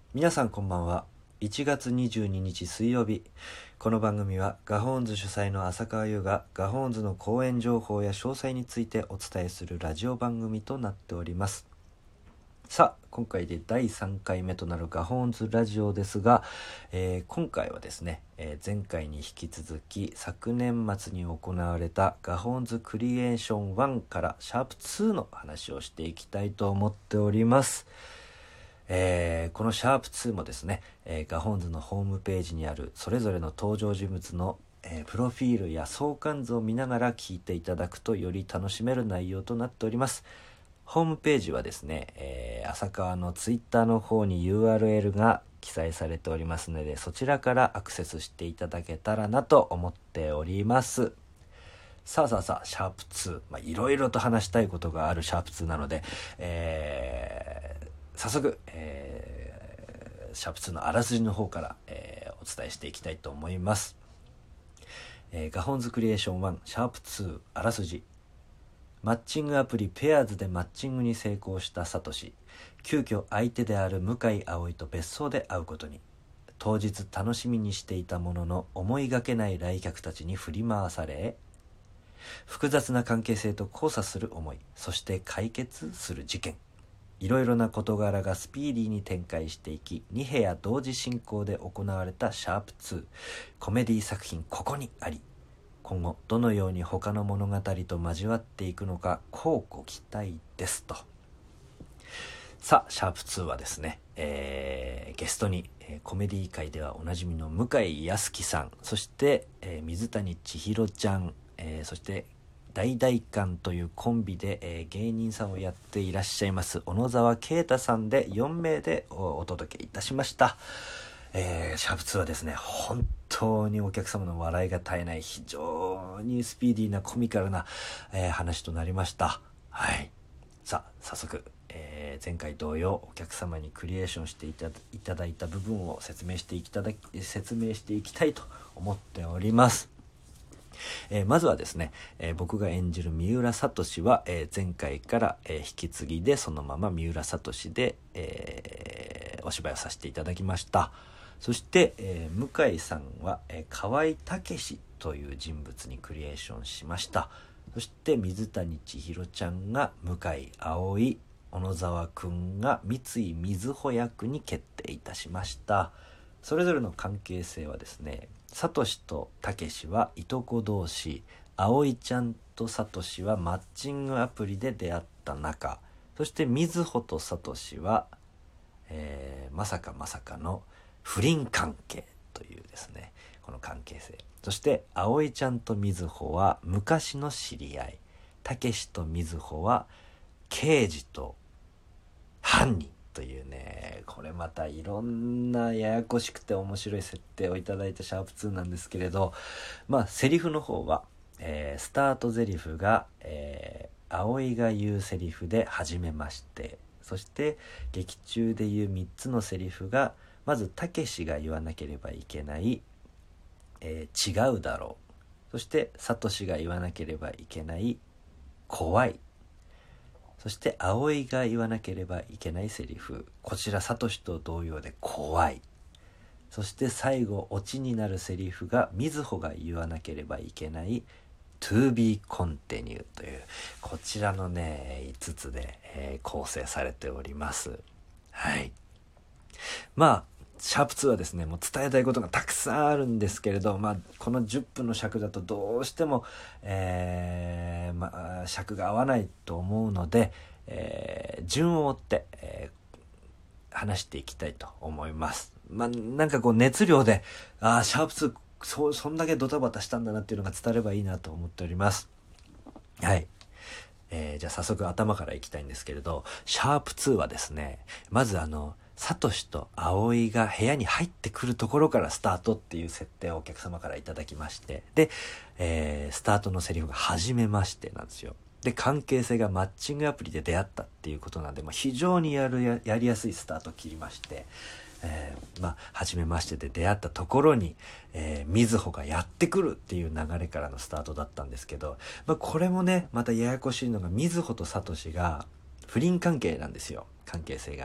皆さんこんばんは。1月22日水曜日。この番組はガホーンズ主催の浅川優がガホーンズの公演情報や詳細についてお伝えするラジオ番組となっております。さあ、今回で第3回目となるガホーンズラジオですが、今回はですね、前回に引き続き昨年末に行われたガホーンズクリエーション1からシャープ2の話をしていきたいと思っております。このシャープ2もですね、ガホーンズのホームページにあるそれぞれの登場人物の、プロフィールや相関図を見ながら聞いていただくとより楽しめる内容となっております。ホームページはですね、浅川のツイッターの方に URL が記載されておりますので、そちらからアクセスしていただけたらなと思っております。さあ、シャープ2、いろいろと話したいことがあるシャープ2なので、早速、シャープ2のあらすじの方から、お伝えしていきたいと思います。ガホーンズクリエーション1シャープ2あらすじ。マッチングアプリペアーズでマッチングに成功したサトシ。急遽相手である向井葵と別荘で会うことに。当日楽しみにしていたものの思いがけない来客たちに振り回され、複雑な関係性と交差する思い、そして解決する事件。いろいろな事柄がスピーディーに展開していき、2部屋同時進行で行われたシャープ2。コメディ作品ここにあり。今後どのように他の物語と交わっていくのか乞うご期待ですと。さあ、シャープ2はですね、ゲストに、コメディ界ではおなじみの向井康樹さん、そして、水谷千尋ちゃん、そして大々館というコンビで、芸人さんをやっていらっしゃいます小野沢啓太さんで4名でお届けいたしました。シャープ2はですね、本当にお客様の笑いが絶えない非常にスピーディーなコミカルな、話となりました。はい。さあ、早速、前回同様お客様にクリエーションしていただいた部分を説明していきたいと思っております。まずはですね、僕が演じる三浦聡は、前回から、引き継ぎでそのまま三浦聡で、お芝居をさせていただきました。そして、向井さんは、河合武という人物にクリエーションしました。そして水谷千尋ちゃんが向井葵、小野沢くんが三井瑞穂役に決定いたしました。それぞれの関係性はですね、サトシとタケシはいとこ同士、葵ちゃんとサトシはマッチングアプリで出会った仲、そして瑞穂とサトシは、まさかの不倫関係というですね、この関係性。そして葵ちゃんと瑞穂は昔の知り合い、タケシと瑞穂は刑事と犯人というね、これまたいろんなややこしくて面白い設定をいただいたシャープ2なんですけれど、セリフの方は、スタートセリフが、葵が言うセリフで初めまして、そして劇中で言う3つのセリフが、まずたけしが言わなければいけない、違うだろう、そしてさとしが言わなければいけない怖い、そして葵が言わなければいけないセリフ、こちらサトシと同様で怖い。そして最後オチになるセリフが瑞穂が言わなければいけない To be continue という、こちらのね5つで、構成されております。はい。シャープ2はですね、もう伝えたいことがたくさんあるんですけれど、この10分の尺だとどうしても、尺が合わないと思うので、順を追って、話していきたいと思います。なんかこう熱量で、シャープ2、そんだけドタバタしたんだなっていうのが伝わればいいなと思っております。はい。じゃあ早速頭からいきたいんですけれど、シャープ2はですね、まずサトシと葵が部屋に入ってくるところからスタートっていう設定をお客様からいただきまして、で、スタートのセリフが初めましてなんですよ。で、関係性がマッチングアプリで出会ったっていうことなんで、非常にやりやすいスタートを切りまして、初めましてで出会ったところに、瑞穂がやってくるっていう流れからのスタートだったんですけど、これもね、またややこしいのが瑞穂とサトシが不倫関係なんですよ、関係性が。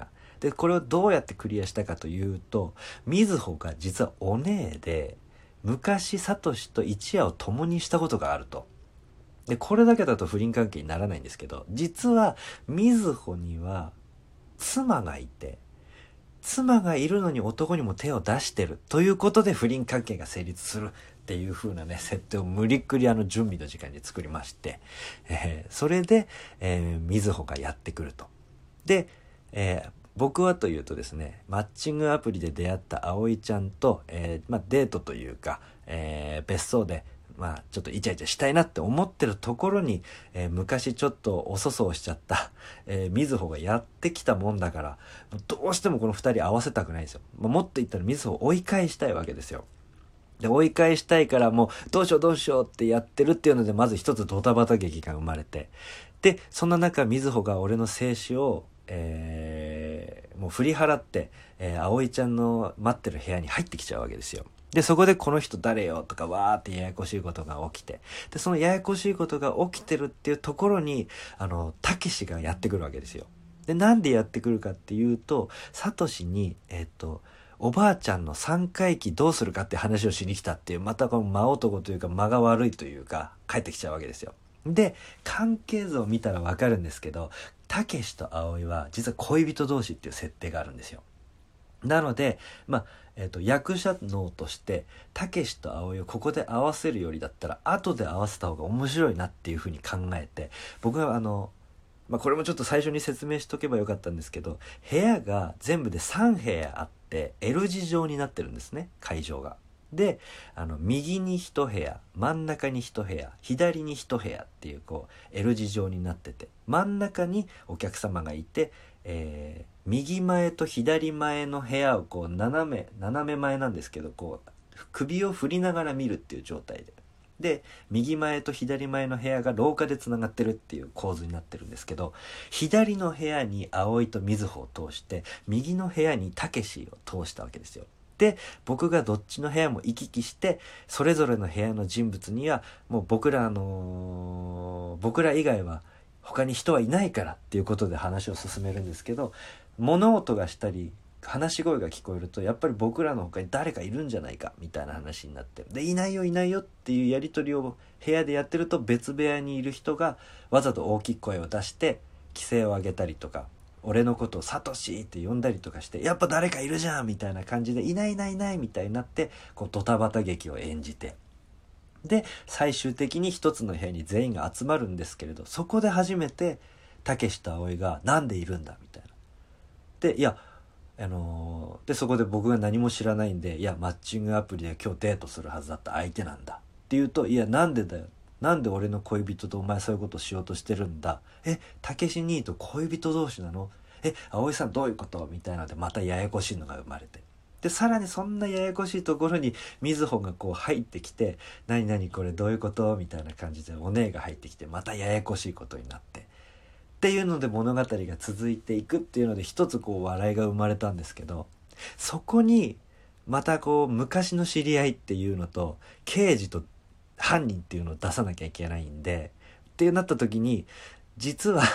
でこれをどうやってクリアしたかというと、瑞穂が実はお姉で昔サトシと一夜を共にしたことがあると。でこれだけだと不倫関係にならないんですけど、実は瑞穂には妻がいて、妻がいるのに男にも手を出してるということで不倫関係が成立するっていう風なね設定を無理っくり準備の時間に作りまして、それで、瑞穂がやってくると。で、僕はというとですね、マッチングアプリで出会った葵ちゃんと、デートというか、別荘でちょっとイチャイチャしたいなって思ってるところに、昔ちょっとお粗相しちゃった、瑞穂がやってきたもんだから、どうしてもこの二人合わせたくないんですよ。もっと言ったら瑞穂を追い返したいわけですよ。で追い返したいからもうどうしようってやってるっていうので、まず一つドタバタ劇が生まれて、でそんな中瑞穂が俺の静止を、もう振り払って、葵ちゃんの待ってる部屋に入ってきちゃうわけですよ。でそこでこの人誰よとかわーってややこしいことが起きて、でそのややこしいことが起きてるっていうところにたけしがやってくるわけですよ。でなんでやってくるかっていうと、サトシにおばあちゃんの三回忌どうするかって話をしに来たっていう、またこの間男というか間が悪いというか帰ってきちゃうわけですよ。で関係図を見たらわかるんですけど、たけしと葵は実は恋人同士っていう設定があるんですよ。なので役者脳としてたけしと葵をここで合わせるよりだったら後で合わせた方が面白いなっていうふうに考えて、僕はこれもちょっと最初に説明しとけばよかったんですけど、部屋が全部で3部屋あって L 字状になってるんですね、会場が。で右に1部屋、真ん中に1部屋、左に1部屋っていうL 字状になってて、真ん中にお客様がいて、右前と左前の部屋を斜め前なんですけど首を振りながら見るっていう状態で右前と左前の部屋が廊下でつながってるっていう構図になってるんですけど、左の部屋に葵と瑞穂を通して右の部屋にたけしを通したわけですよ。で僕がどっちの部屋も行き来して、それぞれの部屋の人物にはもう僕ら以外は他に人はいないからっていうことで話を進めるんですけど、物音がしたり話し声が聞こえるとやっぱり僕らの他に誰かいるんじゃないかみたいな話になって、でいないよっていうやり取りを部屋でやってると、別部屋にいる人がわざと大きい声を出して規制を上げたりとか、俺のことをサトシって呼んだりとかして、やっぱ誰かいるじゃんみたいな感じで、いないみたいになってドタバタ劇を演じて、で最終的に一つの部屋に全員が集まるんですけれど、そこで初めてたけしと葵がなんでいるんだみたいな。ででそこで僕が何も知らないんで、いやマッチングアプリで今日デートするはずだった相手なんだって言うと、いやなんでだよ、なんで俺の恋人とお前そういうことをしようとしてるんだ、たけし兄と恋人同士なの、葵さんどういうことみたいなのでまたややこしいのが生まれて、でさらにそんなややこしいところに瑞穂が入ってきて、何これどういうことみたいな感じでお姉が入ってきて、またややこしいことになってっていうので物語が続いていくっていうので、一つ笑いが生まれたんですけど、そこにまた昔の知り合いっていうのと刑事と犯人っていうのを出さなきゃいけないんでってなった時に、実は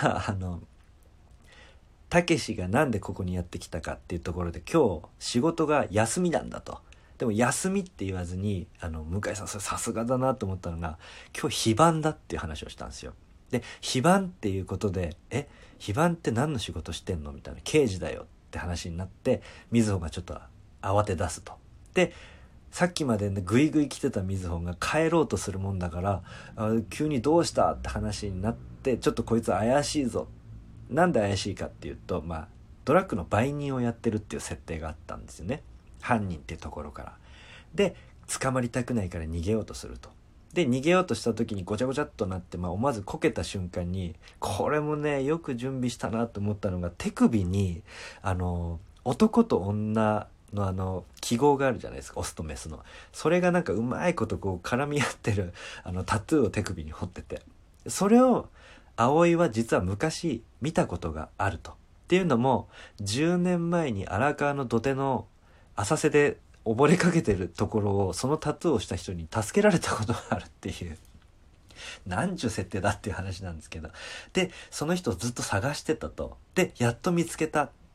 たけしがなんでここにやってきたかっていうところで、今日仕事が休みなんだと。でも休みって言わずに向井さんそれさすがだなと思ったのが、今日非番だっていう話をしたんですよ。で非番っていうことで、非番って何の仕事してんのみたいな、刑事だよって話になって、瑞穂がちょっと慌て出すと。でさっきまでねグイグイ来てた瑞穂が帰ろうとするもんだから、急にどうしたって話になって、ちょっとこいつ怪しいぞ。なんで怪しいかっていうと、トラックの売人をやってるっていう設定があったんですよね、犯人っていうところから。で捕まりたくないから逃げようとすると。で逃げようとした時にごちゃごちゃっとなって、思わずこけた瞬間に、これもねよく準備したなと思ったのが、手首に男と女の記号があるじゃないですか、オスとメスの。それがなんかうまいこと絡み合ってるタトゥーを手首に彫ってて、それを葵は実は昔見たことがあると。っていうのも10年前に荒川の土手の浅瀬で溺れかけてるところを、そのタトゥーをした人に助けられたことがあるっていう、なんちゅう設定だっていう話なんですけど、でその人をずっと探してたと。でやっと見つけたっ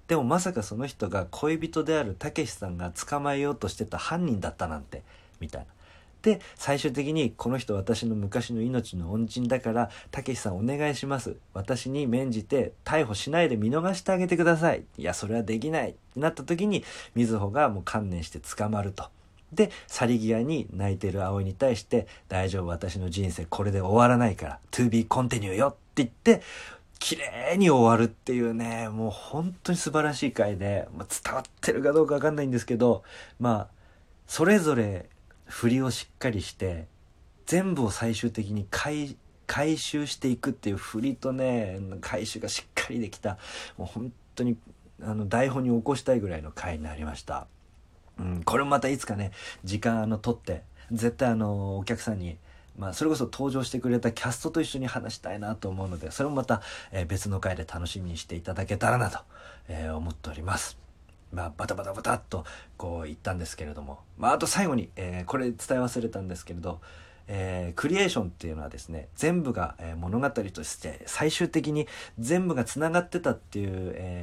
でもまさかその人が恋人であるたけしさんが捕まえようとしてた犯人だったなんてみたいな。で最終的にこの人私の昔の命の恩人だからたけしさんお願いします、私に免じて逮捕しないで見逃してあげてください、いやそれはできないってなった時に瑞穂がもう観念して捕まると。で去り際に泣いてる葵に対して大丈夫、私の人生これで終わらないから To be continue よって言って綺麗に終わるっていうね、もう本当に素晴らしい回で、伝わってるかどうか分かんないんですけど、それぞれ振りをしっかりして全部を最終的に回収していくっていう振りとね回収がしっかりできた、もう本当に台本に起こしたいぐらいの回になりました。これもまたいつかね時間取って絶対お客さんにそれこそ登場してくれたキャストと一緒に話したいなと思うので、それもまた、別の回で楽しみにしていただけたらなと、思っております。バタバタっとこう言ったんですけれども、あと最後に、これ伝え忘れたんですけれど、クリエーションっていうのはですね全部が、物語として最終的に全部がつながってたっていう、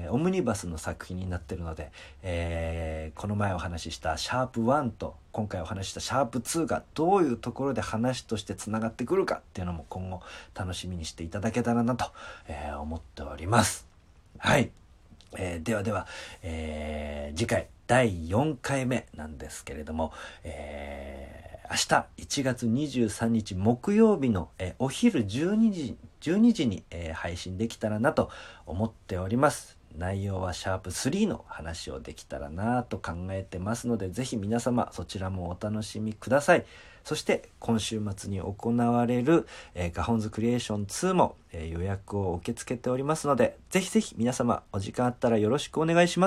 オムニバスの作品になってるので、この前お話ししたシャープ1と今回お話ししたシャープ2がどういうところで話としてつながってくるかっていうのも今後楽しみにしていただけたらなと、思っております。はい、では、次回第4回目なんですけれども、明日1月23日木曜日の、お昼12時に、配信できたらなと思っております。内容はシャープ3の話をできたらなと考えてますので、ぜひ皆様そちらもお楽しみください。そして今週末に行われる、ガホンズクリエーション2も、予約を受け付けておりますので、ぜひぜひ皆様お時間あったらよろしくお願いします。